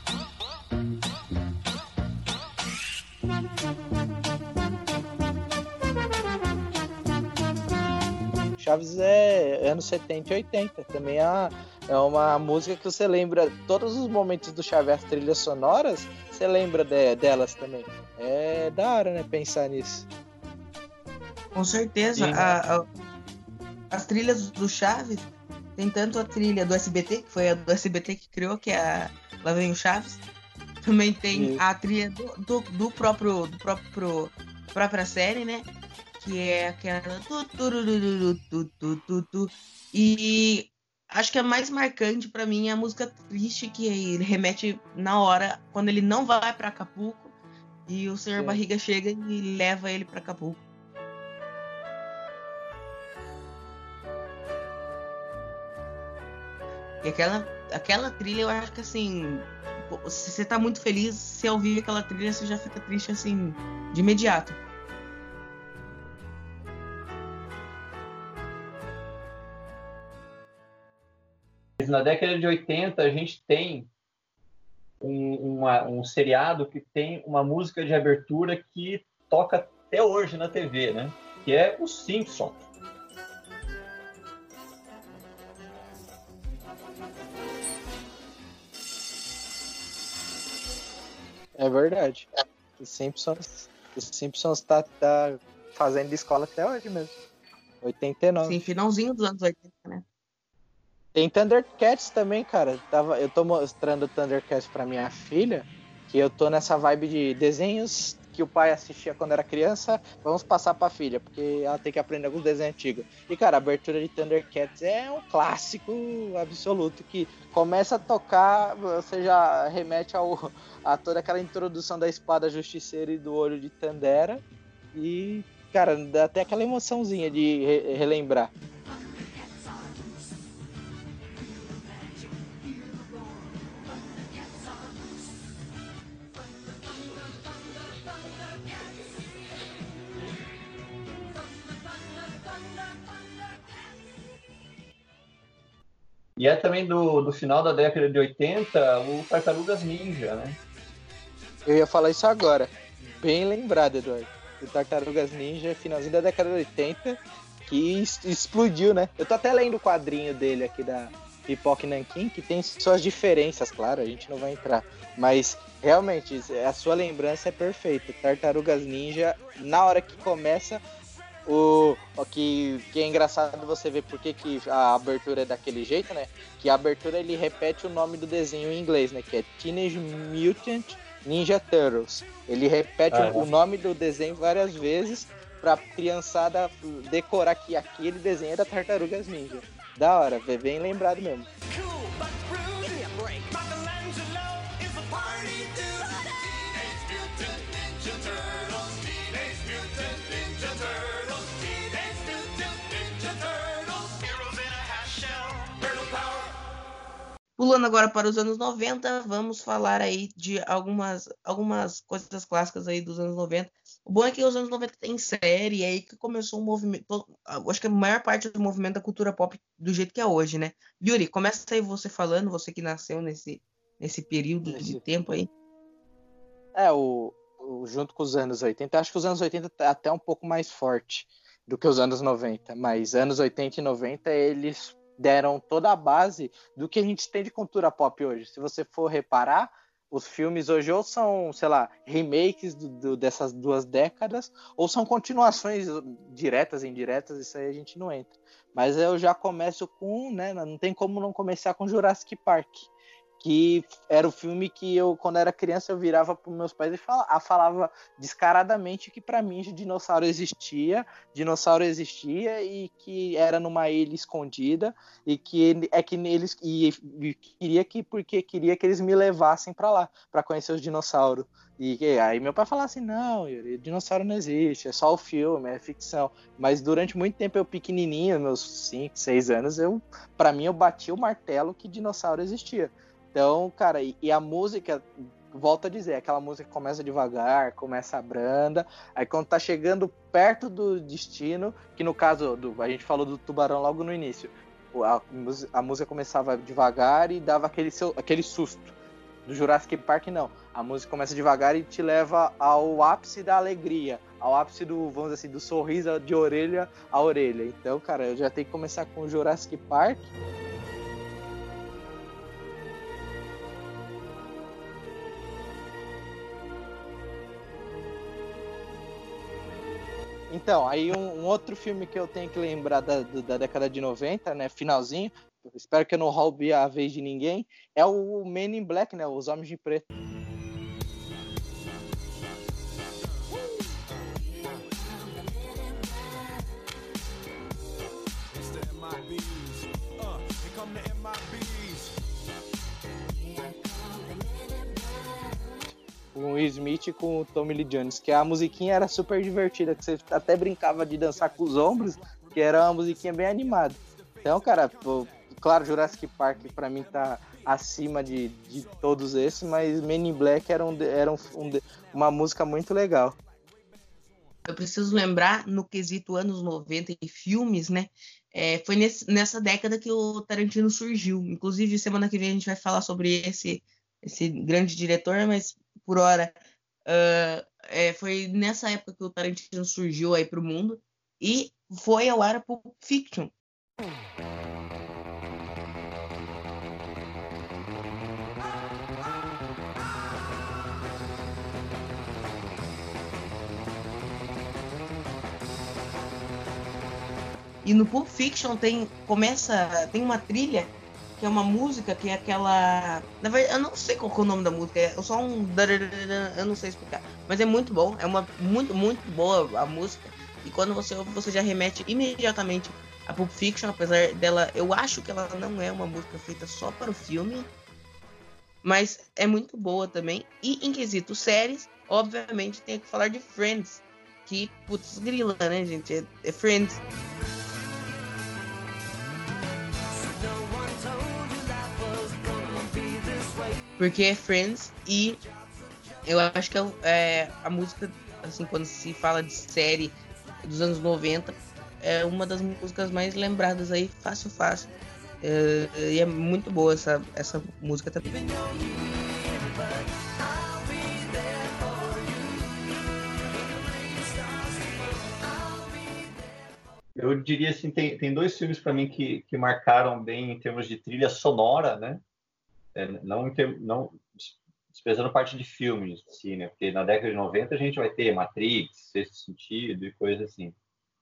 B: Chaves é anos setenta e oitenta, também é uma, é uma música que você lembra, todos os momentos do Chaves, as trilhas sonoras, você lembra de, delas também. É da hora, né, pensar nisso.
A: Com certeza, a, a, as trilhas do Chaves, tem tanto a trilha do S B T, que foi a do S B T que criou, que é a Lá Vem o Chaves, também tem Isso. a trilha do, do, do próprio, do próprio própria série, né, que é aquela tu, tu, tu, tu, tu, tu, tu, e acho que a mais marcante pra mim é a música triste, que ele remete na hora, quando ele não vai pra Acapulco, e o senhor Sim. Barriga chega e leva ele pra Acapulco. E aquela, aquela trilha, eu acho que assim, se você tá muito feliz, se ouvir aquela trilha, você já fica triste assim, de imediato.
C: Na década de oitenta, a gente tem um, uma, um seriado que tem uma música de abertura que toca até hoje na T V, né? Que é Os Simpsons.
B: É verdade. Os Simpsons, os Simpsons tá, tá fazendo de escola até hoje mesmo. oitenta e nove.
A: Sim, finalzinho dos anos oitenta, né?
B: Tem Thundercats também, cara. Tava, eu tô mostrando Thundercats pra minha filha, que eu tô nessa vibe de desenhos que o pai assistia quando era criança, vamos passar pra filha, porque ela tem que aprender alguns desenhos antigos. E, cara, a abertura de Thundercats é um clássico absoluto, que começa a tocar, você já remete ao, a toda aquela introdução da espada justiceira e do olho de Tandera, e, cara, dá até aquela emoçãozinha de re- relembrar.
C: E é também do, do final da década de oitenta, o Tartarugas Ninja, né?
B: Eu ia falar isso agora. Bem lembrado, Eduardo. O Tartarugas Ninja, finalzinho da década de oitenta, que explodiu, né? Eu tô até lendo o quadrinho dele aqui da Pipoca e Nanquim, que tem suas diferenças, claro, a gente não vai entrar. Mas, realmente, a sua lembrança é perfeita. Tartarugas Ninja, na hora que começa... O, o que, que é engraçado você ver por que, que a abertura é daquele jeito, né? Que a abertura ele repete o nome do desenho em inglês, né? Que é Teenage Mutant Ninja Turtles. Ele repete ah, o, o nome do desenho várias vezes pra criançada decorar que aquele desenho é da Tartarugas Ninja. Da hora, bem lembrado mesmo.
A: Pulando agora para os anos noventa, vamos falar aí de algumas, algumas coisas clássicas aí dos anos noventa. O bom é que os anos noventa tem série, aí que começou um movimento, todo- acho que a maior parte do movimento da cultura pop do jeito que é hoje, né? Yuri, começa aí você falando, você que nasceu nesse, nesse período de
B: Nesse-
A: tempo aí.
B: É, o, o- junto com os anos oitenta, eu acho que os anos oitenta tá até um pouco mais forte do que os anos noventa, mas anos oitenta e noventa eles deram toda a base do que a gente tem de cultura pop hoje. Se você for reparar, os filmes hoje ou são, sei lá, remakes do- do- dessas duas décadas, ou são continuações diretas e indiretas, isso aí a gente não entra. Mas eu já começo com, né, não tem como não começar com Jurassic Park, que era o filme que eu, quando era criança, eu virava para meus pais e falava, falava descaradamente que para mim dinossauro existia, dinossauro existia e que era numa ilha escondida e que ele, é que eles e, e queria que porque queria que eles me levassem para lá para conhecer os dinossauros. E aí meu pai falava assim, não, Yuri, dinossauro não existe, é só o filme, é ficção. Mas durante muito tempo eu pequenininho, meus cinco, seis anos, eu para mim eu bati o martelo que dinossauro existia. Então, cara, e, e a música, volto a dizer, aquela música que começa devagar, começa branda, aí quando tá chegando perto do destino, que no caso, do, a gente falou do Tubarão logo no início, a, a música começava devagar e dava aquele, seu, aquele susto. Do Jurassic Park, não. A música começa devagar e te leva ao ápice da alegria, ao ápice do, vamos dizer assim, do sorriso de orelha a orelha. Então, cara, eu já tenho que começar com o Jurassic Park. Então, aí um, um outro filme que eu tenho que lembrar da, do- da década de noventa, né, finalzinho, espero que eu não roube a vez de ninguém, é o Men in Black, né, Os Homens de Preto.
F: It's the M I Bs. Uh, here come the M I Bs.
B: Com o Will Smith e com o Tommy Lee Jones, que a musiquinha era super divertida, que você até brincava de dançar com os ombros, que era uma musiquinha bem animada. Então, cara, pô, claro, Jurassic Park pra mim tá acima de, de todos esses, mas Men in Black era, um, de- era um, um de- uma música muito legal.
A: Eu preciso lembrar, no quesito anos noventa e filmes, né? É, foi nesse- nessa década que o Tarantino surgiu. Inclusive, semana que vem a gente vai falar sobre esse, esse grande diretor, mas por hora ah, é, foi nessa época que o Tarantino surgiu aí pro mundo e foi ao ar a Pulp Fiction. E no Pulp Fiction tem começa tem uma trilha que é uma música que é aquela, na verdade eu não sei qual que é o nome da música, é só um dararara, eu não sei explicar, mas é muito bom, é uma muito muito boa a música e quando você ouve você já remete imediatamente a Pulp Fiction, apesar dela, eu acho que ela não é uma música feita só para o filme, mas é muito boa também. E em quesito séries, obviamente tem que falar de Friends, que putz grila, né, gente? É, é Friends. Porque é Friends e eu acho que é, o- é a música, assim, quando se fala de série dos anos noventa, é uma das músicas mais lembradas aí, fácil, fácil. É, e é muito boa essa, essa música também.
C: Eu diria assim, tem, tem dois filmes para mim que, que marcaram bem em termos de trilha sonora, né? É, não, em term- não desprezando parte de filmes, assim, né? Porque na década de noventa a gente vai ter Matrix, Sexto Sentido e coisa assim.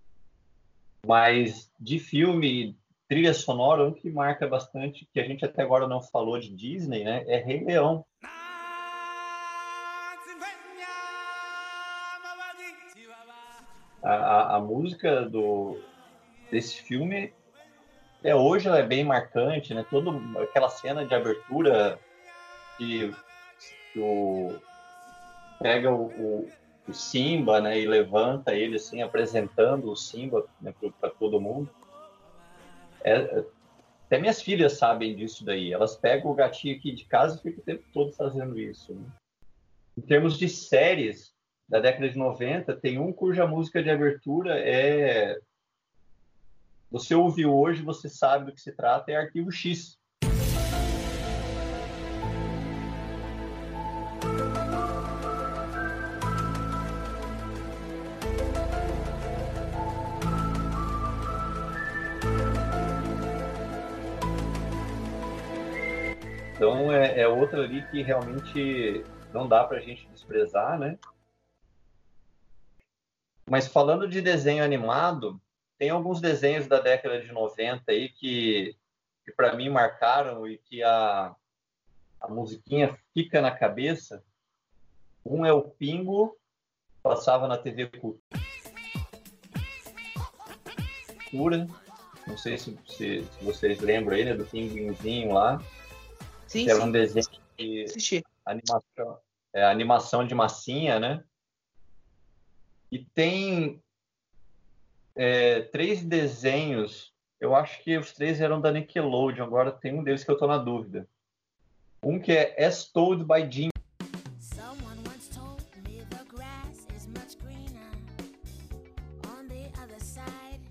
C: Mas de filme, trilha sonora, um que marca bastante, que a gente até agora não falou de Disney, né? É Rei Leão. A, a, a música do, desse filme até hoje ela é bem marcante, né? Toda aquela cena de abertura que, que o pega o, o, o Simba, né, e levanta ele assim, apresentando o Simba, né, para todo mundo. É, Até minhas filhas sabem disso daí. Elas pegam o gatinho aqui de casa e ficam o tempo todo fazendo isso. Né? Em termos de séries da década de noventa, tem um cuja música de abertura é... Você ouviu hoje, você sabe do que se trata, é Arquivo X. Então é, é outra ali que realmente não dá pra gente desprezar, né? Mas falando de desenho animado, tem alguns desenhos da década de noventa aí que, que para mim marcaram e que a, a musiquinha fica na cabeça. Um é o Pingo, passava na T V Cultura. Não sei se, se, se vocês lembram aí, né, do Pinguinzinho lá.
A: Sim,
C: que era
A: sim.
C: um desenho de
A: Assisti.
C: animação, é, animação de massinha, né? E tem é, três desenhos, eu acho que os três eram da Nickelodeon, agora tem um deles que eu tô na dúvida. Um que é As Told by Jim.
E: Someone once told me the grass is much greener on the other side.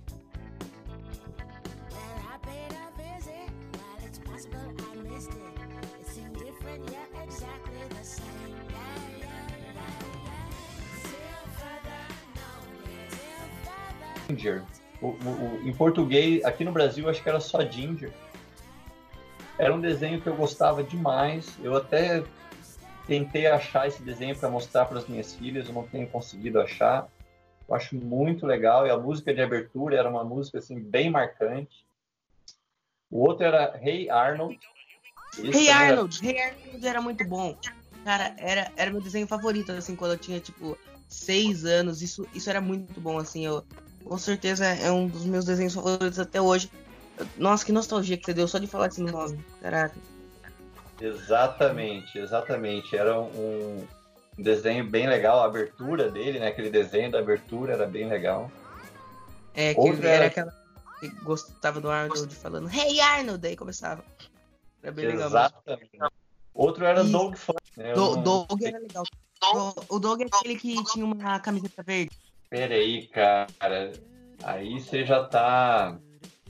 E: Well, I paid a visit. While it's possible I missed it, it seemed different, yet exactly the same. Yeah, yeah, yeah, yeah. Still further, no, still further.
C: Ginger. O, o, o, em português, aqui no Brasil, acho que era só Ginger. Era um desenho que eu gostava demais. Eu até tentei achar esse desenho para mostrar para as minhas filhas, eu não tenho conseguido achar. Eu acho muito legal. E a música de abertura era uma música assim, bem marcante. O outro era Hey Arnold. Esse
A: Hey
C: era...
A: Arnold! Hey Arnold era muito bom. Cara, era, era meu desenho favorito, assim, quando eu tinha, tipo, seis anos. Isso, isso era muito bom, assim. Eu, com certeza é um dos meus desenhos favoritos até hoje. Nossa, que nostalgia que você deu só de falar esse nome. Caraca.
C: Exatamente, exatamente. Era um desenho bem legal, a abertura dele, né? Aquele desenho da abertura era bem legal.
A: É, que
C: Outra...
A: era aquela que gostava do Arnold falando Hey Arnold, daí começava. Era bem legal.
C: Exatamente. Mesmo. Outro era
A: E...
C: Dog Funny. Né?
A: Do,
C: não...
A: Dog era legal. O, o Dog é aquele que tinha uma camiseta verde.
C: Peraí, cara. Aí você já tá...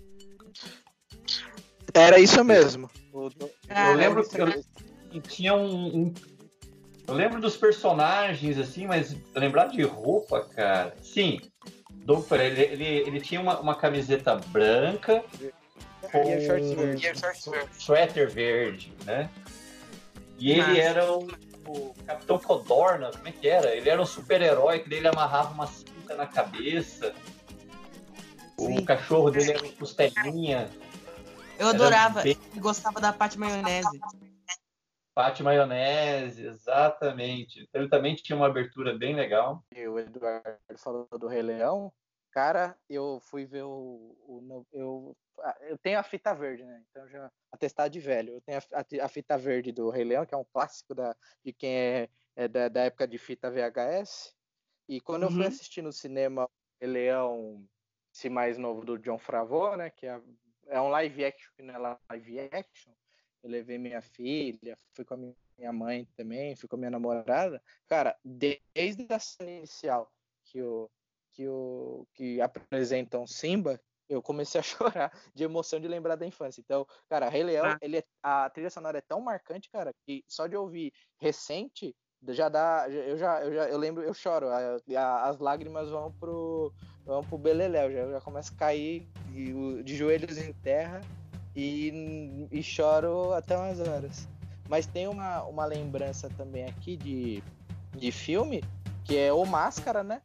B: Era isso mesmo.
A: Ah,
C: eu lembro que eu tinha um, um... Eu lembro dos personagens, assim, mas lembrar de roupa, cara... Sim, Doug Funny, ele, ele, ele tinha uma, uma camiseta branca com um suéter verde, né? E ele Mas... era o, o Capitão Codorna, como é que era? Ele era um super-herói, que ele amarrava uma cinta na cabeça. Sim. O cachorro dele era um costelinha.
A: Eu adorava, bem... e gostava da Pate Maionese.
C: Pate Maionese, exatamente. Então, ele também tinha uma abertura bem legal.
B: E o Eduardo falou do Rei Leão. Cara, eu fui ver o... o eu, eu tenho a fita verde, né? Então, já atestado de velho. Eu tenho a, a, a fita verde do Rei Leão, que é um clássico da, de quem é, é da, da época de fita V H S. E quando uhum. eu fui assistir no cinema o Rei Leão, esse mais novo do Jon Favreau, né? Que é, é um live action, que não é live action. Eu levei minha filha, fui com a minha mãe também, fui com a minha namorada. Cara, desde a cena inicial que o que, o, que apresentam Simba, eu comecei a chorar de emoção de lembrar da infância. Então, cara, Rei Leão, ah. ele é, a trilha sonora é tão marcante, cara, que só de ouvir recente, já dá, eu já, eu já, eu lembro, eu choro, a, a, as lágrimas vão pro, vão pro beleléu, já, já começo a cair de, de joelhos em terra e, e choro até umas horas. Mas tem uma, uma lembrança também aqui de, de filme, que é O Máscara, né?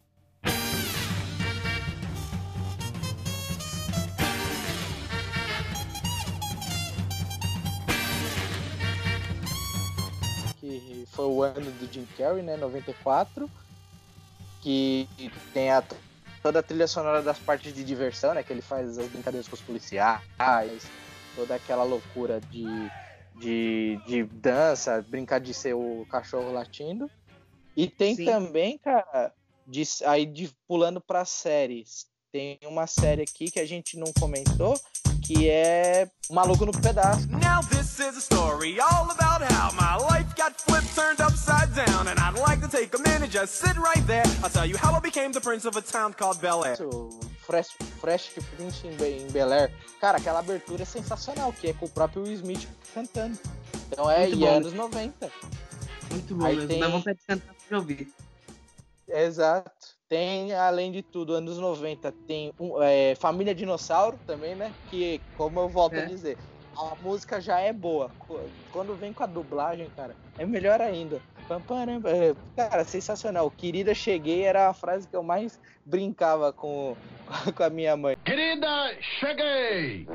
B: Que foi o ano do Jim Carrey, né, noventa e quatro, que tem a, toda a trilha sonora das partes de diversão, né, que ele faz as brincadeiras com os policiais, toda aquela loucura de, de, de dança, brincar de ser o cachorro latindo. E tem Sim. também, cara, de, aí de, pulando para séries, tem uma série aqui que a gente não comentou, que é Maluco no Pedaço.
I: Now this is a story all about how my life got flipped, turned upside down, and I'd like to take a minute, just sit right there. I'll tell you how I became the prince of a town called Bel Air.
B: O Fresh, Fresh Prince em, Be- em Bel Air. Cara, aquela abertura é sensacional, que é com o próprio Will Smith cantando. Então é,
A: Muito
B: e
A: bom.
B: é anos noventa.
A: Muito bom
B: Aí
A: mesmo.
B: tem-
A: Dá vontade de cantar pra ouvir.
B: Exato. Tem, além de tudo, anos noventa, tem um, é, Família Dinossauro também, né? Que, como eu volto
A: É.
B: a dizer, a música já é boa. Qu- Quando vem com a dublagem, cara, é melhor ainda. Pam, param, é, Cara, sensacional. Querida, cheguei era a frase que eu mais brincava com, com a minha mãe.
H: Querida, cheguei!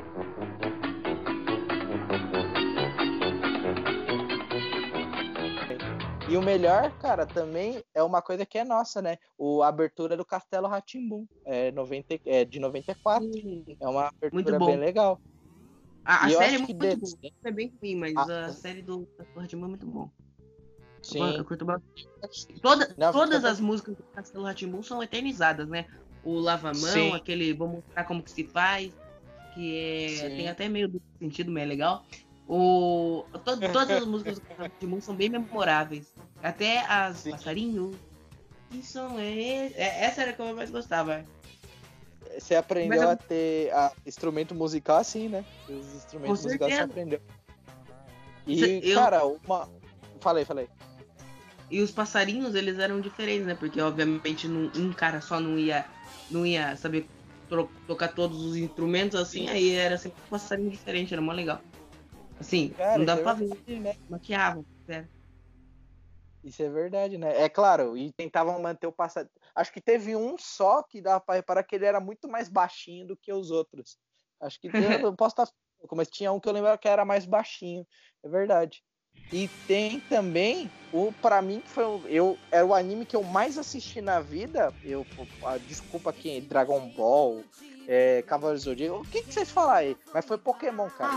B: E o melhor, cara, também é uma coisa que é nossa, né? O, a abertura do Castelo Rá-Tim-Bum, é, noventa, é de noventa e quatro. É uma
A: Muito
B: abertura
A: bom.
B: bem legal.
A: A, a
B: E eu
A: série é
B: acho que
A: muito
B: de-
A: boa. É bem ruim, mas
B: Ah.
A: a série do Castelo Rá-Tim-Bum é muito bom.
B: Sim.
A: Eu curto bastante. Toda,
B: Não,
A: todas
B: fica-
A: as músicas do Castelo Rá-Tim-Bum são eternizadas, né? O Lava a Mão,
B: Sim.
A: aquele Vou Mostrar Como Que Se Faz, que é,
B: Sim.
A: tem até meio do sentido, mas é legal. O, to- todas as músicas do Castelo Rá-Tim-Bum são bem memoráveis. Até as
B: Sim.
A: Passarinho. Que som é esse? É, essa era a que eu mais gostava.
B: Você aprendeu
A: Mas eu-
B: a ter a, instrumento musical assim, né? Os instrumentos
A: Com
B: musicais você
A: certeza.
B: aprendeu. E,
A: Cê- eu-
B: cara, uma. Falei, falei.
A: E os passarinhos, eles eram diferentes, né? Porque, obviamente, num- um cara só não ia, não ia saber tro- tocar todos os instrumentos, assim, aí era sempre um passarinho diferente, era mó legal. Assim,
B: Cara,
A: não dá
B: isso é
A: pra ver,
B: verdade, né?
A: maquiavam, sério.
B: Isso é verdade, né? É claro, e tentavam manter o passado. Acho que teve um só que dava pra reparar que ele era muito mais baixinho do que os outros. Acho que eu não posso estar. Mas tinha um que eu lembrava que era mais baixinho. É verdade. E tem também o, pra mim, que foi o, eu, era o anime que eu mais assisti na vida. Eu, ah, desculpa aqui, Dragon Ball, é, Cavaleiros do Zodíaco. O que, que vocês falaram aí? Mas foi Pokémon, cara.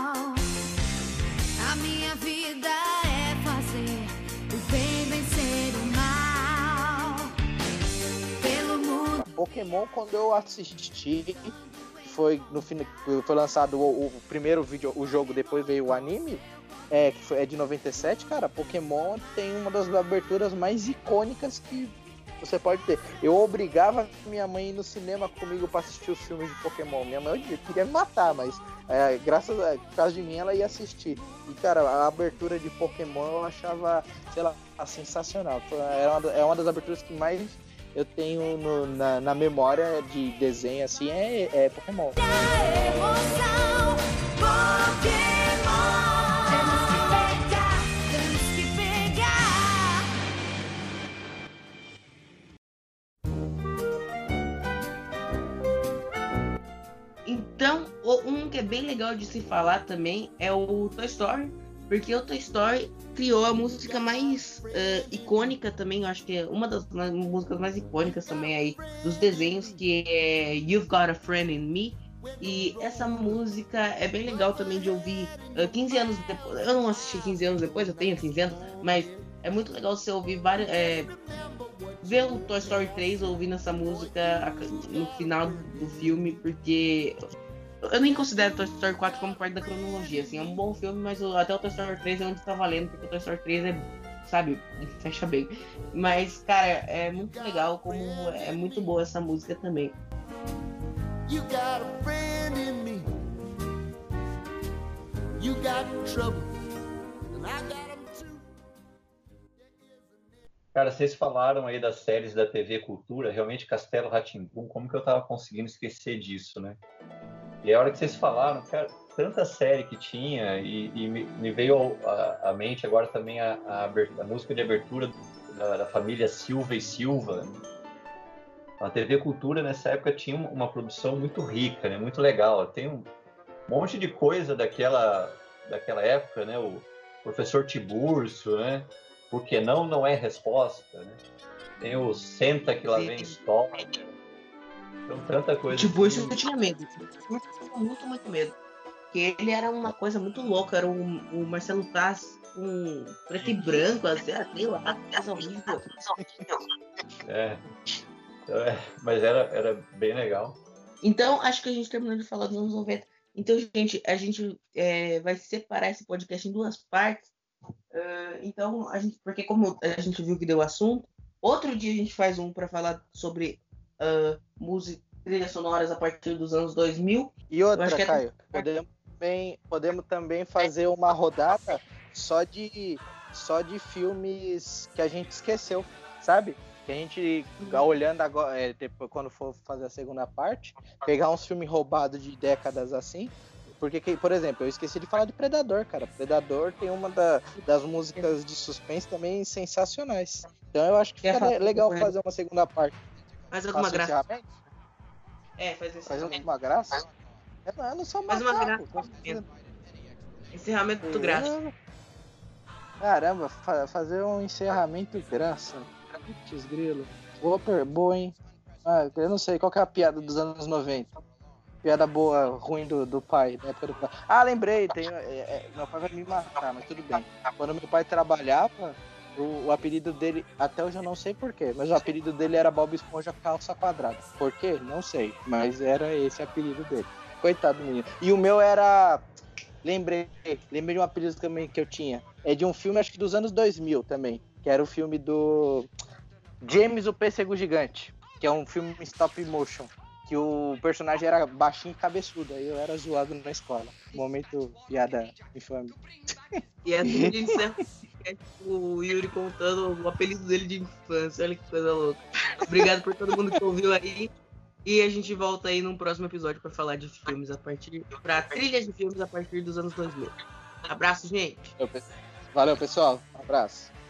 E: A minha vida é fazer o bem vencer o mal. Pelo mundo.
B: Pokémon, quando eu assisti, foi no fim, foi lançado o, o primeiro vídeo, o jogo, depois veio o anime, é, que foi, é de noventa e sete, cara. Pokémon tem uma das aberturas mais icônicas que você pode ter. Eu obrigava minha mãe a ir no cinema comigo pra assistir os filmes de Pokémon. Minha mãe eu queria me matar, mas é, graças a por causa de mim ela ia assistir. E cara, a abertura de Pokémon eu achava, sei lá, sensacional. Foi- É uma, é uma das aberturas que mais eu tenho no- na, na memória de desenho, assim, é, é Pokémon.
E: Emoção, Pokémon. Temos que pegar, temos que pegar.
A: Então, o- um que é bem legal de se falar também é o Toy Story, porque o Toy Story criou a música mais eh, icônica também, eu acho que é uma das ma- músicas mais icônicas também aí dos desenhos, que é You've Got a Friend in Me. E essa música é bem legal também de ouvir eh, quinze anos depois. Eu não assisti quinze anos depois, eu tenho quinze anos, mas é muito legal você ouvir várias. eh, ver o Toy Story três ouvindo essa música a- no final do filme, porque eu nem considero Toy Story quatro como parte da cronologia, assim, é um bom filme, mas o- até o Toy Story três é onde tá valendo, porque o Toy Story três é, sabe, fecha bem. Mas, cara, é muito legal, como é muito boa essa música também.
D: You got a friend in me. You got trouble, and I got 'em too.
C: Cara, vocês falaram aí das séries da T V Cultura, realmente Castelo Rá-Tim-Bum, como que eu tava conseguindo esquecer disso, né? E a hora que vocês falaram, cara, tanta série que tinha, e, e me, me veio ao- à à mente agora também a, a, aber- a música de abertura da, da família Silva e Silva. A T V Cultura nessa época tinha uma, uma produção muito rica, né? Muito legal. Tem um monte de coisa daquela, daquela época, né? O Professor Tiburcio, né? Por que não, não é resposta, né? Tem o Senta que lá
A: Sim.
C: vem história. Então, tanta coisa.
A: Tipo, isso
C: que-
A: eu tinha medo. Eu tinha muito, muito medo. Porque ele era uma coisa muito louca, era o, o Marcelo Taz com preto e branco, assim, ah, sei lá, coisa horrível.
C: É. Então, é, mas era, era bem legal.
A: Então, acho que a gente terminou de falar dos anos noventa. Então, gente, a gente é, vai separar esse podcast em duas partes. Uh, então, a gente, porque como a gente viu que deu assunto, outro dia a gente faz um para falar sobre uh, música, trilhas sonoras a partir dos anos dois mil.
B: E outra,
A: é
B: Caio, que... podemos, também, podemos também fazer uma rodada só de, só de filmes que a gente esqueceu, sabe? Que a gente, olhando agora, é, depois, quando for fazer a segunda parte, pegar uns filmes roubados de décadas assim. Porque, por exemplo, eu esqueci de falar de Predador, cara. Predador tem uma da, das músicas de suspense também sensacionais. Então eu acho que fica legal fazer uma segunda parte.
A: Faz alguma
B: Faço
A: graça?
B: É,
A: faz esse
B: Faz alguma graça? É, não, eu não sou
A: Faz uma
B: macaco.
A: graça. Encerramento do graça.
B: Caramba, fa- fazer um encerramento graça. Putz, grilo. Boa, per- boa, hein? Ah, eu não sei, qual que é a piada dos anos noventa? Piada boa, ruim do, do pai, da época do pai. Ah, lembrei, tem, é, é, meu pai vai me matar, mas tudo bem. Quando meu pai trabalhava, o, o apelido dele, até hoje eu não sei porquê, mas o apelido dele era Bob Esponja Calça Quadrada. Por quê? Não sei, mas era esse o apelido dele. Coitado do menino. E o meu era... Lembrei, lembrei de um apelido também que eu tinha. É de um filme, acho que dos anos dois mil também, que era o filme do James o Pêssego Gigante, que é um filme em stop motion. Que o personagem era baixinho e cabeçudo, aí eu era zoado na escola. Momento piada infame.
A: E a trilha encerra o Yuri contando o apelido dele de infância. Olha que coisa louca. Obrigado por todo mundo que ouviu aí. E a gente volta aí num próximo episódio para falar de filmes a partir... Pra trilhas de filmes a partir dos anos dois mil. Abraço, gente.
B: Valeu, pessoal. Um abraço.